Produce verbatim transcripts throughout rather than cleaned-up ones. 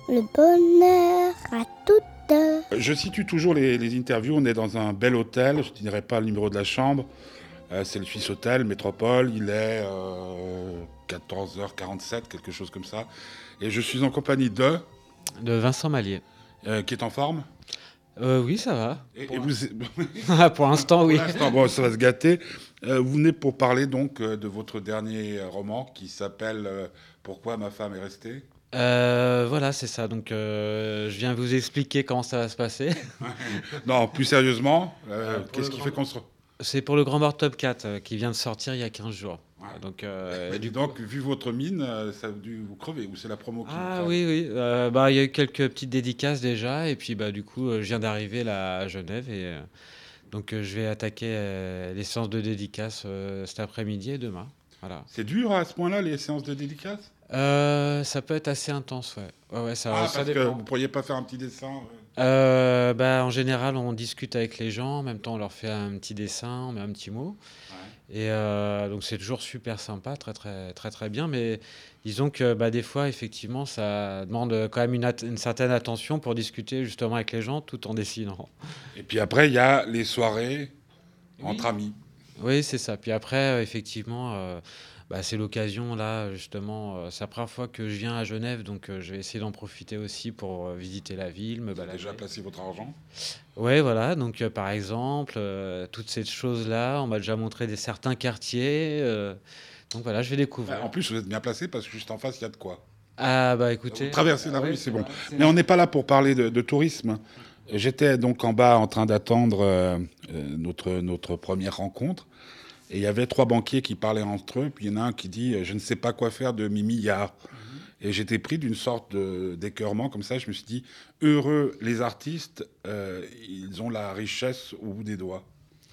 Le bonheur à toute heure. Je situe toujours les, les interviews. On est dans un bel hôtel. Je ne dirai pas le numéro de la chambre. Euh, c'est le Suisse Hôtel Métropole. Il est euh, quatorze heures quarante-sept, quelque chose comme ça. Et je suis en compagnie de... De Vincent Mallier. Euh, qui est en forme. Euh, oui, ça va. Et, Pour et vous... Pour l'instant, oui. Pour l'instant, bon, ça va se gâter. Euh, vous venez pour parler donc euh, de votre dernier roman qui s'appelle euh, Pourquoi ma femme est restée. Euh, voilà, c'est ça. Donc, euh, je viens vous expliquer comment ça va se passer. Non, plus sérieusement, euh, Euh, pour qu'est-ce le qui grand- fait qu'on se... C'est pour le Grand Board Top quatre euh, qui vient de sortir il y a quinze jours. Ouais. Donc, euh, Mais du dis donc, vu votre mine, euh, ça a dû vous crever, ou c'est la promo qui vous Ah crève? oui, oui. Euh, bah, il y a eu quelques petites dédicaces déjà. Et puis, bah, du coup, euh, je viens d'arriver là à Genève. Et euh, donc, euh, je vais attaquer euh, les séances de dédicaces euh, cet après-midi et demain. Voilà. C'est dur à ce point-là, les séances de dédicace? Euh, ça peut être assez intense, ouais. Ouais, ouais, ça, Ah, ça parce que dépend. vous pourriez pas faire un petit dessin euh Euh, bah, en général, on discute avec les gens, en même temps, on leur fait un petit dessin, on met un petit mot. Ouais. Et euh, donc, c'est toujours super sympa, très, très, très, très bien. Mais disons que bah, des fois, effectivement, ça demande quand même une, at- une certaine attention pour discuter justement avec les gens tout en dessinant. Et puis après, il y a les soirées entre Oui. amis. Oui, c'est ça. Puis après, euh, effectivement, euh, bah, c'est l'occasion, là, justement. Euh, c'est la première fois que je viens à Genève, donc euh, je vais essayer d'en profiter aussi pour euh, visiter la ville, me Vous avez déjà balader. placé votre argent? Ouais, voilà. Donc, euh, par exemple, euh, toutes ces choses-là, on m'a déjà montré des certains quartiers. euh, donc voilà, je vais Bah, en découvrir. plus, vous êtes bien placé parce que juste en face, il y a de quoi. Ah bah Vous écoutez, traversez la ah rue, ouais, c'est c'est bon. vrai, c'est Mais on vrai. n'est pas là pour parler de, de tourisme. J'étais donc en bas en train d'attendre euh, euh, notre, notre première rencontre. Et il y avait trois banquiers qui parlaient entre eux. Puis il y en a un qui dit euh, Je ne sais pas quoi faire de mes milliards. Mhm. Et j'étais pris d'une sorte de- d'écœurement comme ça. Je me suis dit Heureux les artistes, euh, ils ont la richesse au bout des doigts.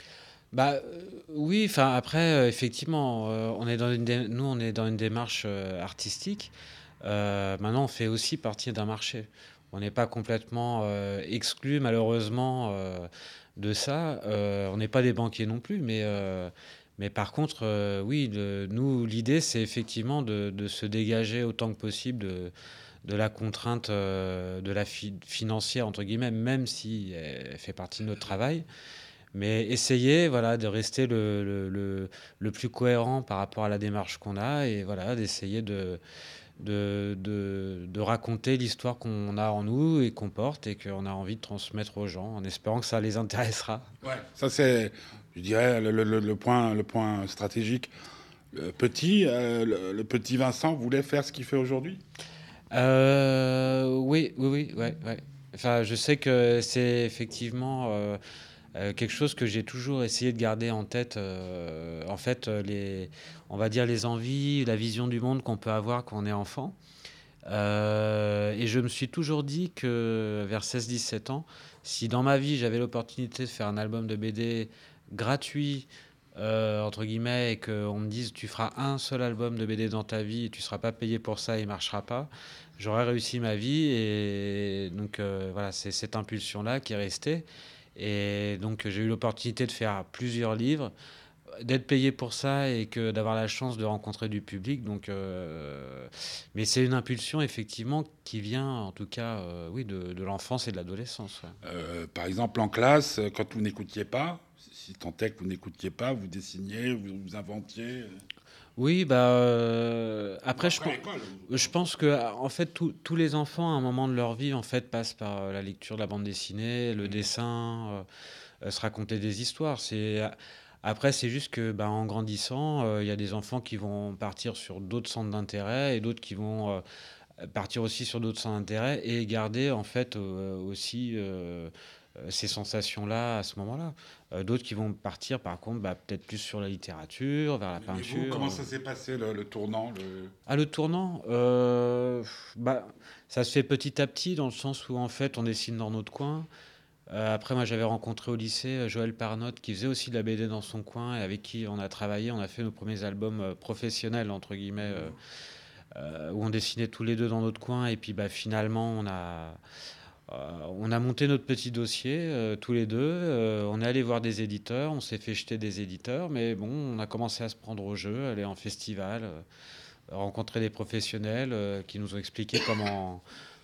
Bah euh, oui, enfin après, euh, effectivement, euh, on est dans une dé- nous on est dans une démarche euh, artistique. Euh, maintenant, on fait aussi partie d'un marché. On n'est pas complètement euh, exclu, malheureusement, euh, de ça. Euh, on n'est pas des banquiers non plus, mais, euh, mais par contre, euh, oui, le- nous, l'idée, c'est effectivement de, de se dégager autant que possible de, de la contrainte euh, de la fi- financière, entre guillemets, même si elle fait partie de notre travail. Mais essayer, voilà, de rester le, le, le- le plus cohérent par rapport à la démarche qu'on a et voilà, d'essayer de, de, de, de raconter l'histoire qu'on a en nous et qu'on porte et qu'on a envie de transmettre aux gens en espérant que ça les intéressera. Ouais. Ça, c'est, je dirais, le, le- le- le point, le point stratégique. Le petit, euh, le, le petit Vincent voulait faire ce qu'il fait aujourd'hui. Euh, oui, oui, oui, ouais, ouais. Enfin, je sais que c'est effectivement euh, euh, quelque chose que j'ai toujours essayé de garder en tête. Euh, en fait, euh, les, on va dire les envies, la vision du monde qu'on peut avoir quand on est enfant. Euh, et je me suis toujours dit que vers seize dix-sept ans, si dans ma vie j'avais l'opportunité de faire un album de B D gratuit, euh, entre guillemets, et qu'on me dise tu feras un seul album de B D dans ta vie et tu seras pas payé pour ça et il marchera pas, j'aurais réussi ma vie. Et donc euh, voilà, c'est cette impulsion-là qui est restée. Et donc j'ai eu l'opportunité de faire plusieurs livres, d'être payé pour ça et que d'avoir la chance de rencontrer du public. Donc, euh, mais c'est une impulsion effectivement qui vient, en tout cas, euh, oui, de, de l'enfance et de l'adolescence. Ouais. Euh, par exemple, en classe, euh, quand vous n'écoutiez pas, si tant est que vous n'écoutiez pas, vous dessiniez, vous, vous inventiez. euh. Oui, bah euh, Ou après, je après pense, l'école. je pense que en fait, tous tous les enfants, à un moment de leur vie, en fait, passent par euh, la lecture de la bande dessinée, le Mhm. dessin, euh, euh, se raconter des histoires. C'est après, c'est juste que, bah, en grandissant, euh, il y a des enfants qui vont partir sur d'autres centres d'intérêt et d'autres qui vont euh, partir aussi sur d'autres centres d'intérêt et garder en fait euh, aussi euh, euh, ces sensations-là à ce moment-là. Euh, d'autres qui vont partir par contre bah, peut-être plus sur la littérature, vers la Et vous, peinture. comment ça s'est passé le, le tournant le... Ah, le tournant, euh, bah, ça se fait petit à petit dans le sens où en fait on dessine dans notre coin. Euh, après, moi j'avais rencontré au lycée euh, Joël Parnotte qui faisait aussi de la B D dans son coin et avec qui on a travaillé, on a fait nos premiers albums euh, professionnels entre guillemets euh, euh, où on dessinait tous les deux dans notre coin. Et puis bah, finalement, on a, euh, on a monté notre petit dossier euh, tous les deux. Euh, on est allé voir des éditeurs, on s'est fait jeter des éditeurs, mais bon, on a commencé à se prendre au jeu, aller en festival, euh, rencontrer des professionnels euh, qui nous ont expliqué comment,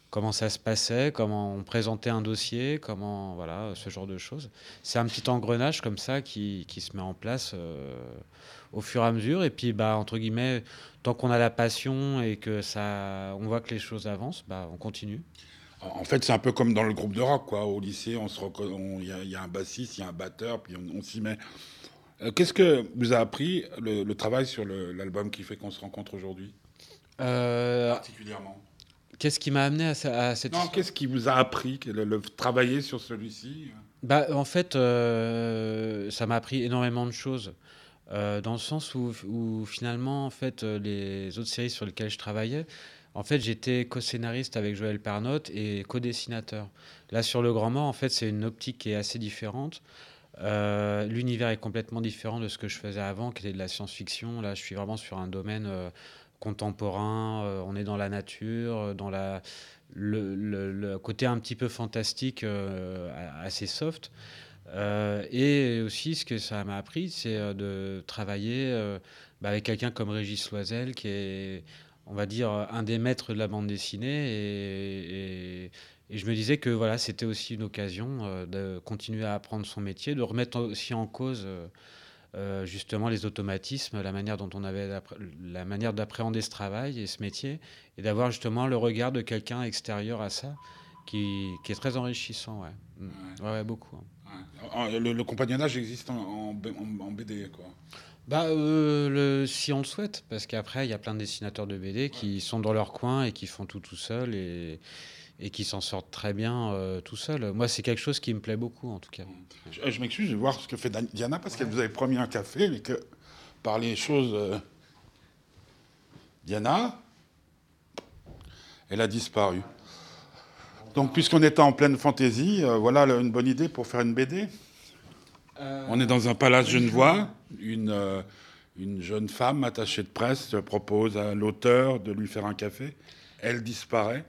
comment ça se passait, comment on présentait un dossier, comment voilà, ce genre de choses. C'est un petit engrenage comme ça qui, qui se met en place euh, au fur et à mesure. Et puis, bah, entre guillemets, tant qu'on a la passion et que ça, on voit que les choses avancent, bah, on continue. En en fait, c'est un peu comme dans le groupe de rock, quoi. Au lycée, on se reco- on- il y, a il y a un bassiste, il y a un batteur, puis on, on s'y met. Euh, Qu'est-ce que vous a appris le, le travail sur le- l'album qui fait qu'on se rencontre aujourd'hui, Euh, particulièrement? Qu'est-ce qui m'a amené à, ça- à cette Non, histoire? qu'est-ce qui vous a appris, que le, le- travailler sur celui-ci? Bah, en fait, euh, ça m'a appris énormément de choses. Euh, dans le sens où, où finalement, en fait, euh, les autres séries sur lesquelles je travaillais, en fait, j'étais co-scénariste avec Joël Pernotte et co-dessinateur. Là, sur Le Grand Mort, en fait, c'est une optique qui est assez différente. Euh, l'univers est complètement différent de ce que je faisais avant, qui était de la science-fiction. Là, je suis vraiment sur un domaine euh, contemporain. Euh, on est dans la nature, euh, dans la, le, le- le côté un petit peu fantastique, euh, assez soft. Euh, et aussi, ce que ça m'a appris, c'est euh, de travailler euh, bah, avec quelqu'un comme Régis Loisel, qui est, on va dire, un des maîtres de la bande dessinée. Et, et- et je me disais que voilà, c'était aussi une occasion euh, de continuer à apprendre son métier, de remettre aussi en cause euh, euh, justement les automatismes, la manière dont on avait d'appré- la manière d'appréhender ce travail et ce métier, et d'avoir justement le regard de quelqu'un extérieur à ça, qui, qui est très enrichissant. Ouais, Mm. Ouais, Ouais, ouais, beaucoup. Hein. ouais. Le, le compagnonnage existe en, en B- en- en B D, quoi. Bah, euh, le, si on le souhaite, parce qu'après, il y a plein de dessinateurs de B D Ouais. qui sont dans leur coin et qui font tout tout seuls et, et qui s'en sortent très bien euh, tout seuls. Moi, c'est quelque chose qui me plaît beaucoup, en tout cas. Je, je m'excuse de voir ce que fait Dan- Diana, parce qu'elle vous avait promis un café, mais que par les choses... euh, Diana, elle a disparu. Donc, puisqu'on était en pleine fantaisie, euh, voilà le- une bonne idée pour faire une B D. On est dans un palace genevois. Une, euh, une jeune femme attachée de presse propose à l'auteur de lui faire un café. Elle disparaît.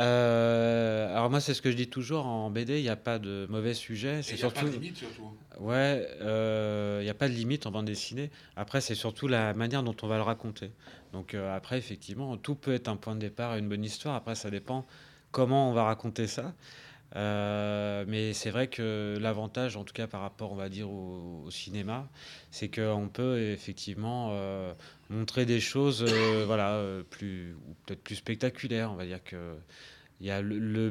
Euh, alors moi, c'est ce que je dis toujours, en B D, il n'y a pas de mauvais sujet. Et C'est il n'y a pas surtout... de limite, surtout. Ouais, euh, il n'y a pas de limite en bande dessinée. Après, c'est surtout la manière dont on va le raconter. Donc euh, après, effectivement, tout peut être un point de départ à une bonne histoire. Après, ça dépend comment on va raconter ça. Euh, mais c'est vrai que l'avantage, en tout cas par rapport, on va dire, au, au cinéma, c'est qu'on peut effectivement euh, montrer des choses, euh, voilà, euh, plus, ou peut-être plus spectaculaires. On va dire que il y a le, le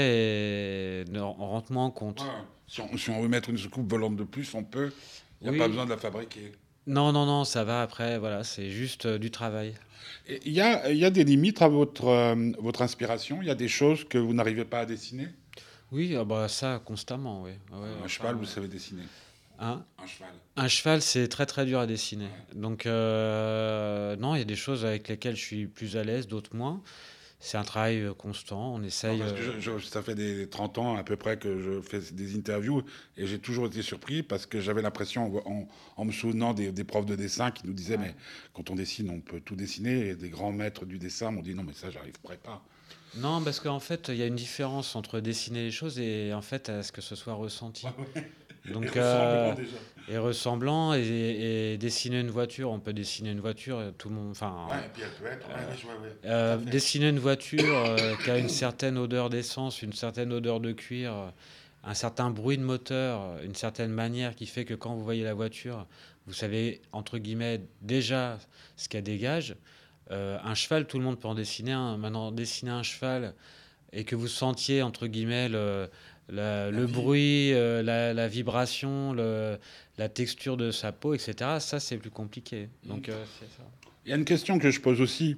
budget est, on rentre moins en Ouais. compte. Si on, si on veut mettre une soucoupe volante de plus, on peut. Il n'y a pas Oui, besoin de la fabriquer. non, non, non, ça va après, voilà, c'est juste euh, du travail. Et Il y a, il y a des limites à votre, euh, votre inspiration. Il y a des choses que vous n'arrivez pas à dessiner. Oui, ah bah ça constamment, oui. Ouais, ouais, Un enfin, cheval, vous euh, savez dessiner. hein. Un cheval. Un cheval, c'est très très dur à dessiner. Ouais. Donc euh, non, il y a des choses avec lesquelles je suis plus à l'aise, d'autres moins. C'est un travail euh, constant. On Non, essaye. parce que euh, je- je- ça fait des trente ans à peu près que je fais des interviews et j'ai toujours été surpris parce que j'avais l'impression, en, en- en me souvenant des, des profs de dessin qui nous disaient, mais quand on dessine, on peut tout dessiner. Et des grands maîtres du dessin m'ont dit, non, mais ça, j'arriverai pas. Non, parce qu'en fait, il y a une différence entre dessiner les choses et en fait à ce que ce soit ressenti. Et Donc, ressemblant euh, déjà. et ressemblant et, et dessiner une voiture, on peut dessiner une voiture, euh, tout le monde. Enfin, Ouais, et puis elle peut être. Ouais, ouais, ouais, ouais, tout Euh, à fait. dessiner une voiture euh, qui a une certaine odeur d'essence, une certaine odeur de cuir, euh, un certain bruit de moteur, euh, une certaine manière qui fait que quand vous voyez la voiture, vous savez, entre guillemets, déjà ce qu'elle dégage. Euh, un cheval, tout le monde peut en dessiner un. Maintenant, dessiner un cheval et que vous sentiez, entre guillemets, le, la- La le vie. bruit, euh, la, la vibration, le- la texture de sa peau, et cetera, ça, c'est plus compliqué. Donc, euh, c'est ça. Il y a une question que je pose aussi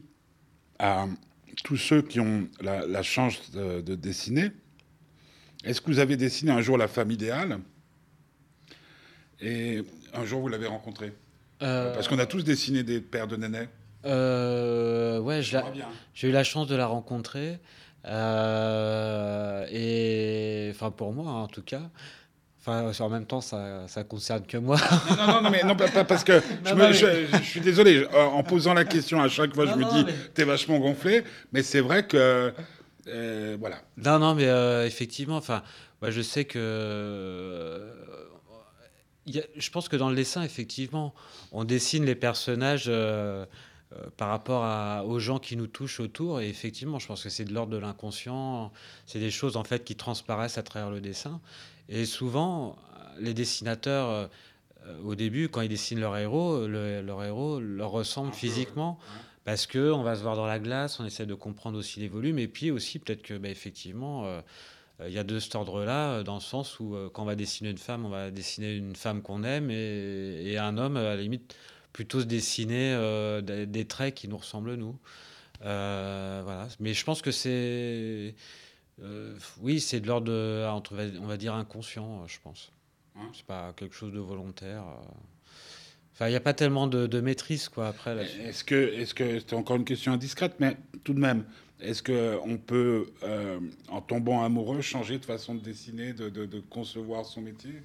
à tous ceux qui ont la, la chance de, de dessiner. Est-ce que vous avez dessiné un jour la femme idéale et un jour vous l'avez rencontrée? Euh, Parce qu'on a Euh, tous dessiné des paires de nénets. Euh, ouais, je l'ai- J'aimerais bien. j'ai eu la chance de la rencontrer. Euh, et enfin, pour moi, en tout cas. Enfin, en même temps, ça, ça concerne que moi. Non, non, non, non, mais non, pas, pas parce que je, Non, me, non, mais. je, je suis désolé. je- en en posant la question à chaque fois, je Non, me non, dis, mais. t'es vachement gonflé. Mais c'est vrai que, euh, voilà. Non, non, mais euh, effectivement, enfin, moi, je sais que. euh, il y a- je pense que dans le dessin, effectivement, on dessine les personnages. euh, euh, par rapport à, aux gens qui nous touchent autour. Et effectivement, je pense que c'est de l'ordre de l'inconscient. C'est des choses en fait qui transparaissent à travers le dessin. Et souvent, les dessinateurs, euh, au début, quand ils dessinent leur héros, le- leur héros leur ressemble Un peu, physiquement. ouais. Parce que on va se voir dans la glace, on essaie de comprendre aussi les volumes, et puis aussi peut-être que bah, effectivement, euh, euh, il y a de cet ordre-là, euh, dans le sens où euh, quand on va dessiner une femme, on va dessiner une femme qu'on aime, et, et un homme, à la limite, plutôt se dessiner euh, des, des traits qui nous ressemblent nous. Euh, voilà. Mais je pense que c'est, euh, oui, c'est de l'ordre, de, entre, on va dire inconscient, euh, je pense. Hein. C'est pas quelque chose de volontaire. euh. Enfin, il n'y a pas tellement de, de maîtrise, quoi, après, là-dessus. Est-ce que, est-ce que c'est encore une question indiscrète, mais tout de même, est-ce que on peut, euh, en tombant amoureux, changer de façon de dessiner, de, de- de concevoir son métier?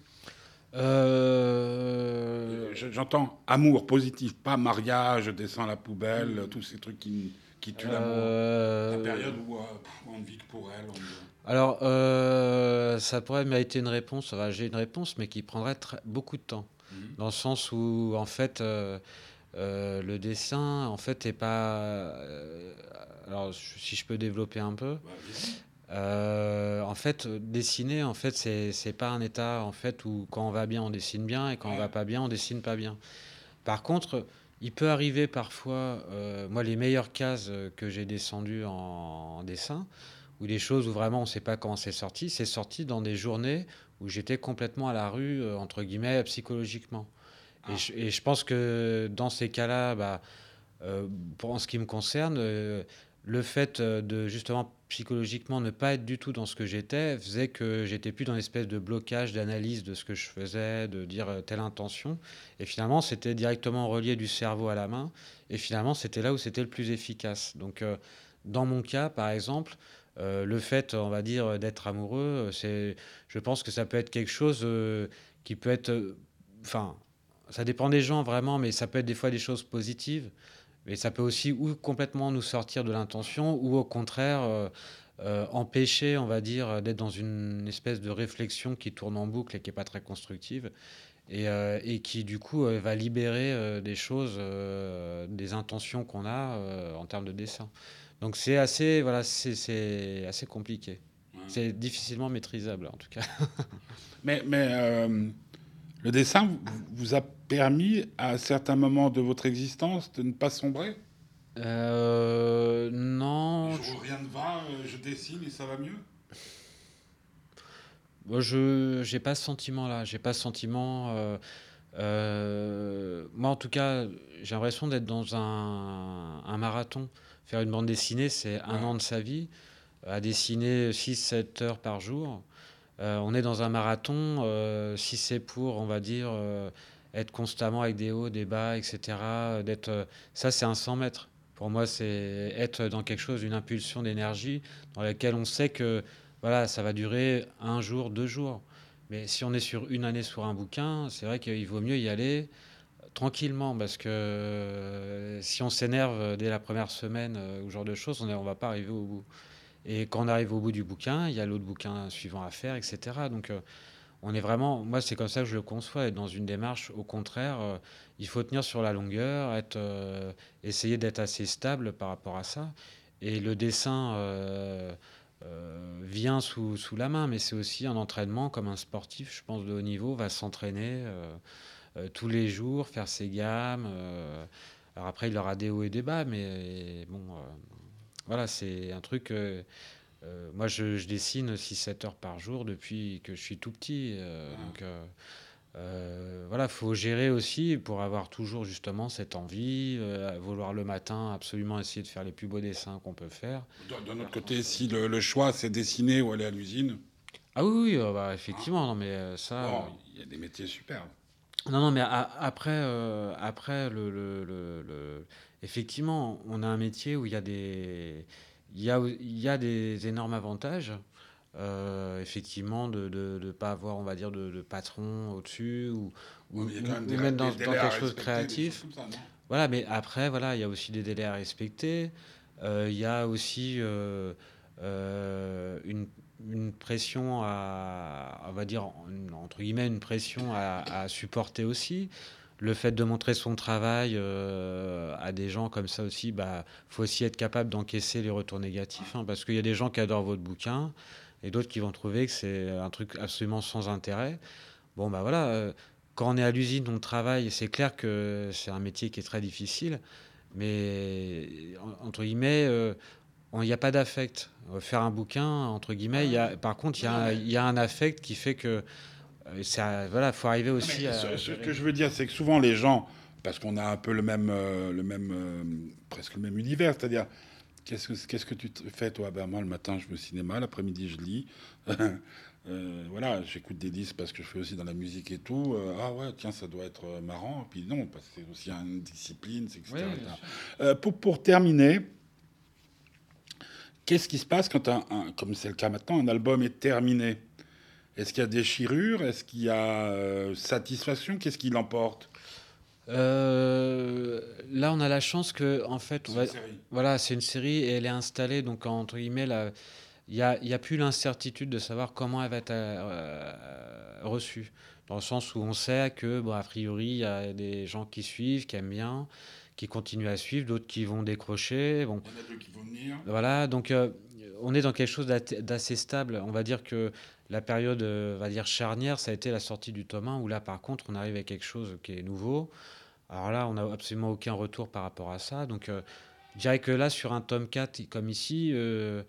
Euh, Je- J'entends amour positif, pas mariage, descends à la poubelle, tous ces trucs qui, qui tuent l'amour. La euh, période où euh, pff, on ne vit que pour elle. on- alors, euh, ça pourrait mériter une réponse. Enfin, j'ai une réponse, mais qui prendrait très- beaucoup de temps. Mhm. Dans le sens où, en fait, euh, euh, le dessin, en fait, est pas. euh, alors, je- si je peux développer un peu, Ouais, vas-y. euh, en fait, euh, dessiner, en fait, c'est c'est pas un état, en fait, où quand on va bien, on dessine bien, et quand on Ouais. va pas bien, on dessine pas bien. Par contre, il peut arriver parfois, euh, moi, les meilleures cases euh, que j'ai descendues en, en dessin, ou des choses où vraiment on ne sait pas comment c'est sorti, c'est sorti dans des journées où j'étais complètement à la rue, euh, entre guillemets, psychologiquement. Et Ah, je, et je pense que dans ces cas-là, bah, euh, pour en ce qui me concerne, euh, le fait euh, de justement psychologiquement ne pas être du tout dans ce que j'étais faisait que j'étais plus dans une espèce de blocage d'analyse de ce que je faisais, de dire euh, telle intention. Et finalement, c'était directement relié du cerveau à la main. Et finalement, c'était là où c'était le plus efficace. Donc, euh, dans mon cas, par exemple, euh, le fait, on va dire, d'être amoureux, euh, c'est, je pense que ça peut être quelque chose euh, qui peut être, euh, enfin, ça dépend des gens vraiment, mais ça peut être des fois des choses positives. Mais ça peut aussi ou complètement nous sortir de l'intention, ou au contraire euh, euh, empêcher, on va dire, d'être dans une espèce de réflexion qui tourne en boucle et qui n'est pas très constructive, et, euh, et qui du coup euh, va libérer euh, des choses, euh, des intentions qu'on a euh, en termes de dessin. Donc c'est assez, voilà, c'est, c'est assez compliqué. ouais. C'est difficilement maîtrisable en tout cas. Mais, mais euh, le dessin vous, vous a permis, à certains moments de votre existence, de ne pas sombrer? Euh, Les non, jours je, où rien ne va, euh, je dessine et ça va mieux? moi, je j'ai pas ce sentiment-là. J'ai pas ce sentiment. euh, Euh, moi, en tout cas, j'ai l'impression d'être dans un, un marathon. Faire une bande dessinée, c'est un Ouais. an de sa vie, à dessiner six sept heures par jour. Euh, on est dans un marathon, euh, si c'est pour, on va dire, euh, être constamment avec des hauts, des bas, et cetera. D'être, euh, ça, c'est un cent mètres. Pour moi, c'est être dans quelque chose, une impulsion d'énergie dans laquelle on sait que voilà, ça va durer un jour, deux jours. Mais si on est sur une année sur un bouquin, c'est vrai qu'il vaut mieux y aller tranquillement, parce que euh, si on s'énerve dès la première semaine euh, ou ce genre de choses, on ne va pas arriver au bout. Et quand on arrive au bout du bouquin, il y a l'autre bouquin suivant à faire, et cetera. Donc euh, on est vraiment, moi c'est comme ça que je le conçois, être dans une démarche, au contraire, euh, il faut tenir sur la longueur, être, euh, essayer d'être assez stable par rapport à ça. Et le dessin euh, euh, vient sous, sous la main, mais c'est aussi un entraînement comme un sportif, je pense, de haut niveau, va s'entraîner euh, euh, tous les jours, faire ses gammes. euh, alors après, il aura des hauts et des bas, mais bon, euh, voilà, c'est un truc. euh, euh, moi, je, je dessine six sept heures par jour depuis que je suis tout petit. euh, Ah. donc, euh, euh, voilà, il faut gérer aussi pour avoir toujours justement cette envie, euh, vouloir le matin absolument essayer de faire les plus beaux dessins qu'on peut faire. D'un d'un autre côté, si le, le choix c'est dessiner ou aller à l'usine, Ah oui, oui, euh, bah, hein, effectivement, non, mais euh, ça. bon, euh, il y a des métiers superbes. non, non, mais a- après, euh, après le, le- le- le- effectivement, on a un métier où il y a des, il y a, il y a des énormes avantages. Euh, effectivement, de ne pas avoir, on va dire, de, de patron au-dessus, ou, Ouais, ou, mais il y a quand ou- même ou des, même des dans, dans délais à quelque chose de respecter, des choses créatif. comme ça, non? Voilà, mais après, voilà, il y a aussi des délais à respecter. Euh, Il y a aussi euh, euh, une, une pression à, on va dire, en- entre guillemets, une pression à, à supporter aussi. le fait de montrer son travail euh, à des gens comme ça aussi, bah, faut aussi être capable d'encaisser les retours négatifs, hein, parce qu'il y a des gens qui adorent votre bouquin et d'autres qui vont trouver que c'est un truc absolument sans intérêt. Bon, bah voilà, euh, quand on est à l'usine, on travaille, c'est clair que c'est un métier qui est très difficile, mais en- entre guillemets, euh, il n'y a pas d'affect. Euh, Faire un bouquin, entre guillemets, il y a, par contre, il y Non, non, a, mais, il y a un affect qui fait que euh, ça, voilà, faut arriver non, aussi mais ce, à ce gérer. que je veux dire, c'est que souvent les gens, parce qu'on a un peu le même, euh, le même euh, presque le même univers, c'est-à-dire, qu'est-ce que, qu'est-ce que tu te fais, toi? Ben, moi, le matin, je vais au cinéma, l'après-midi, je lis. Euh, voilà, j'écoute des disques parce que je fais aussi dans la musique et tout. Euh, ah ouais, tiens, ça doit être euh, marrant. Et puis non, parce que c'est aussi une discipline, c'est et cetera Oui, et bien cetera. sûr. Euh, pour, pour terminer, qu'est-ce qui se passe quand, un, un- comme c'est le cas maintenant, un album est terminé? Est-ce qu'il y a déchirure? Est-ce qu'il y a euh, satisfaction? Qu'est-ce qui l'emporte? Euh, là, on a la chance que, en fait, on C'est va, une série. voilà, c'est une série et elle est installée, donc entre guillemets, là, il y a, il y a plus l'incertitude de savoir comment elle va être euh, reçue. Dans le sens où on sait que, bon, a priori, il y a des gens qui suivent, qui aiment bien, qui continuent à suivre, d'autres qui vont décrocher. Bon, Il y en a deux qui vont venir. voilà, donc euh, on est dans quelque chose d'ath- d'assez stable. On va dire que la période, euh, on va dire charnière, ça a été la sortie du tome un, où là, par contre, on arrive à quelque chose qui est nouveau. Alors là, on n'a absolument aucun retour par rapport à ça. Donc, euh, je dirais que là, sur un tome quatre, comme ici, euh,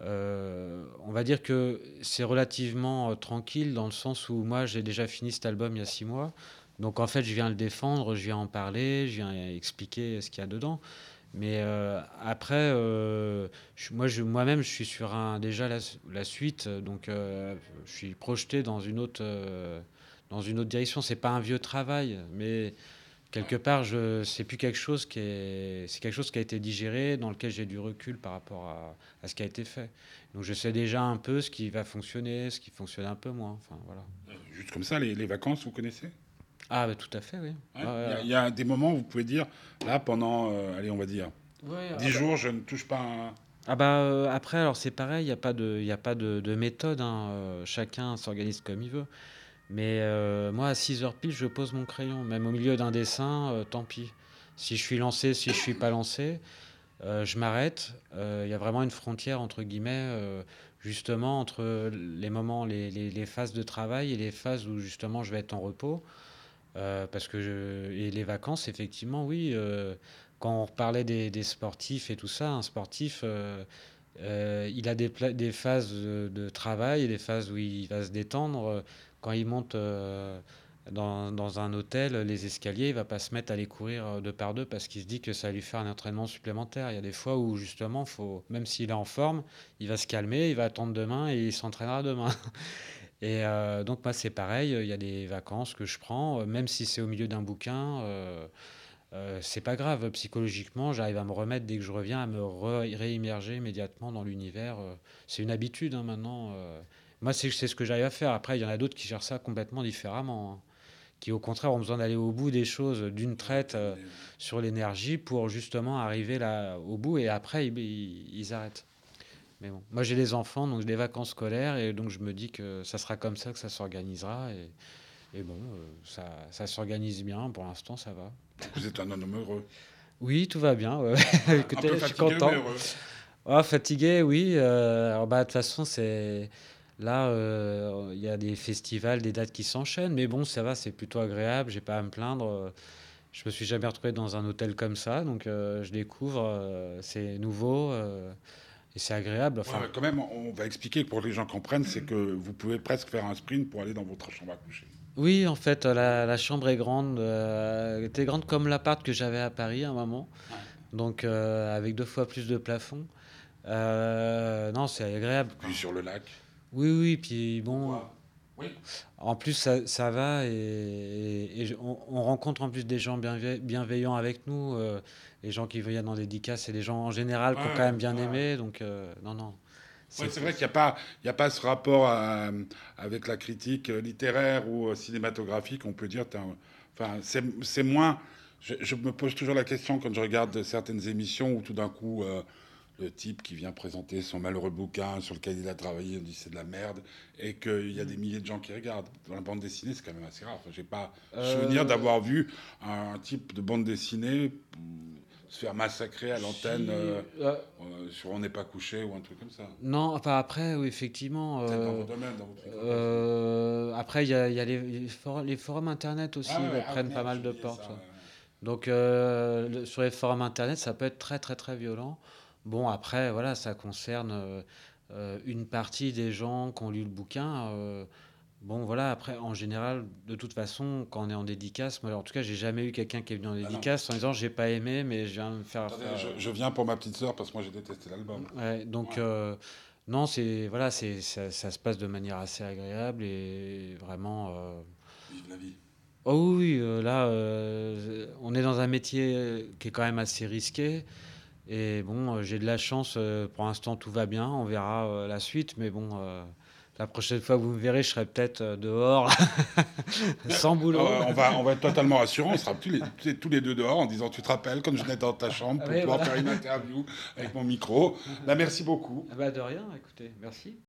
euh, on va dire que c'est relativement euh, tranquille dans le sens où moi, j'ai déjà fini cet album il y a six mois. Donc, en fait, je viens le défendre, je viens en parler, je viens expliquer ce qu'il y a dedans. Mais euh, après, euh, je- moi, je, moi-même, je suis sur un, déjà la, la suite. Donc, euh, je suis projeté dans une autre, euh, dans une autre direction. C'est pas un vieux travail, mais quelque part, je, c'est plus quelque chose qui est, c'est quelque chose qui a été digéré, dans lequel j'ai du recul par rapport à, à ce qui a été fait. Donc je sais déjà un peu ce qui va fonctionner, ce qui fonctionne un peu moins. Enfin voilà. Euh, Juste comme ça, les, les vacances, vous connaissez? Ah bah, tout à fait, oui. Ouais. Ouais, Il y, a, ouais, il y a des moments où vous pouvez dire, là, pendant, euh, allez, on va dire, ouais. Ouais, ah dix bah, jours, je ne touche pas un... ah bah, euh, après, alors c'est pareil, il n'y a pas de, il a pas de, de méthode, hein, euh, chacun s'organise comme il veut. Mais euh, moi, à six heures pile, je pose mon crayon. Même au milieu d'un dessin, euh, tant pis. Si je suis lancé, si je suis pas lancé, Euh, je m'arrête. Euh, Il y a vraiment une frontière, entre guillemets, euh, justement, entre les moments, les, les- les phases de travail et les phases où, justement, je vais être en repos. Euh, parce que je- Et les vacances, effectivement, oui. Euh, quand on parlait des, des sportifs et tout ça, un sportif, euh, euh, il a des, pla- des phases de, de travail et des phases où il va se détendre. Quand il monte euh, dans, dans un hôtel, les escaliers, il va pas se mettre à les courir euh, deux par deux parce qu'il se dit que ça va lui faire un entraînement supplémentaire. Il y a des fois où justement, faut, même s'il est en forme, il va se calmer, il va attendre demain et il s'entraînera demain. Et euh, donc moi c'est pareil, il y a des vacances que je prends, euh, même si c'est au milieu d'un bouquin, euh, euh, c'est pas grave. Psychologiquement, j'arrive à me remettre dès que je reviens, à me re- réimmerger immédiatement dans l'univers. euh. C'est une habitude hein, maintenant. euh. Moi c'est c'est ce que j'arrive à faire. Après il y en a d'autres qui gèrent ça complètement différemment, hein, qui au contraire ont besoin d'aller au bout des choses d'une Ouais, traite euh, terminé. sur l'énergie pour justement arriver là au bout et après ils, ils- ils arrêtent. Mais bon, moi j'ai des enfants, donc j'ai des vacances scolaires, et donc je me dis que ça sera comme ça que ça s'organisera. Et, et bon, euh, ça, ça s'organise bien, pour l'instant ça va. Donc vous êtes un homme heureux. Oui, tout va bien. Ouais. Voilà. Un Écoutez, peu je suis fatigué, mais content. heureux. Ah, fatigué, oui. euh, alors bah, de toute façon, c'est là, euh, il y a des festivals, des dates qui s'enchaînent, mais bon, ça va, c'est plutôt agréable. J'ai pas à me plaindre. euh, Je me suis jamais retrouvé dans un hôtel comme ça, donc euh, je découvre, euh, c'est nouveau euh, et c'est agréable. Ouais, Enfin, ouais, quand même, on va expliquer pour que les gens comprennent, c'est que vous pouvez presque faire un sprint pour aller dans votre chambre à coucher. oui, en fait, la, la chambre est grande. Euh, elle était grande comme l'appart que j'avais à Paris à un moment. Ouais. Donc, euh, avec deux fois plus de plafond. Euh, non, c'est agréable, quoi. Puis sur le lac. Oui, oui, puis Ou bon, quoi? Oui. en plus, ça, ça va et, et- et je- on, on rencontre en plus des gens bienve- bienveillants avec nous. Euh, les gens qui viennent en dédicace, c'est des gens en général Ouais, qui ont quand même bien ouais. aimé. Donc, euh, non, non. Ouais, C'est, c'est vrai qu'il n'y a pas, il y a pas ce rapport à- avec la critique euh, littéraire ou euh, cinématographique. On peut dire, t'es un- enfin, c'est c'est moins. Je, je me pose toujours la question quand je regarde certaines émissions où tout d'un coup, euh, le type qui vient présenter son malheureux bouquin sur lequel il a travaillé, on dit c'est de la merde, et qu'il y a des milliers de gens qui regardent. Dans la bande dessinée, c'est quand même assez rare. Enfin, j'ai pas Euh, souvenir d'avoir vu un type de bande dessinée se faire massacrer à l'antenne si, euh, euh, euh, sur On n'est pas couché ou un truc comme ça. non, enfin après, oui, effectivement. Peut-être dans euh, vos domaines, dans vos trucs. euh, après, il y a, il y a les, les for- les forums internet aussi Ah ouais, ouais, euh, ah prennent pas merde, mal j'ai de oublié portes. ça. Ouais. Ouais. Donc, euh, le- sur les forums internet, ça peut être très, très, très violent. Bon, après, voilà, ça concerne euh, euh, une partie des gens qui ont lu le bouquin. euh, bon, voilà, après, en général, de toute façon, quand on est en dédicace, moi, en tout cas, j'ai jamais eu quelqu'un qui est venu en Ah non. dédicace en disant j'ai pas aimé, mais je viens de me faire. Attendez, faire, je, euh, je viens pour ma petite sœur parce que moi j'ai détesté l'album. ouais, donc, Ouais. euh, non, c'est, voilà, c'est, ça, ça se passe de manière assez agréable et vraiment. euh, Vive la vie. Oh oui, oui, euh, là, euh, on est dans un métier euh, qui est quand même assez risqué. Et bon, euh, j'ai de la chance, euh, pour l'instant tout va bien, on verra euh, la suite, mais bon, euh, la prochaine fois que vous me verrez, je serai peut-être euh, dehors, sans boulot. Euh, on, va, on va être totalement rassurants, on sera tous les, tous les- tous les deux dehors en disant tu te rappelles quand je venais dans ta chambre pour Oui, pouvoir voilà. faire une interview avec mon micro. Là, merci beaucoup. Ah bah de rien, écoutez, merci.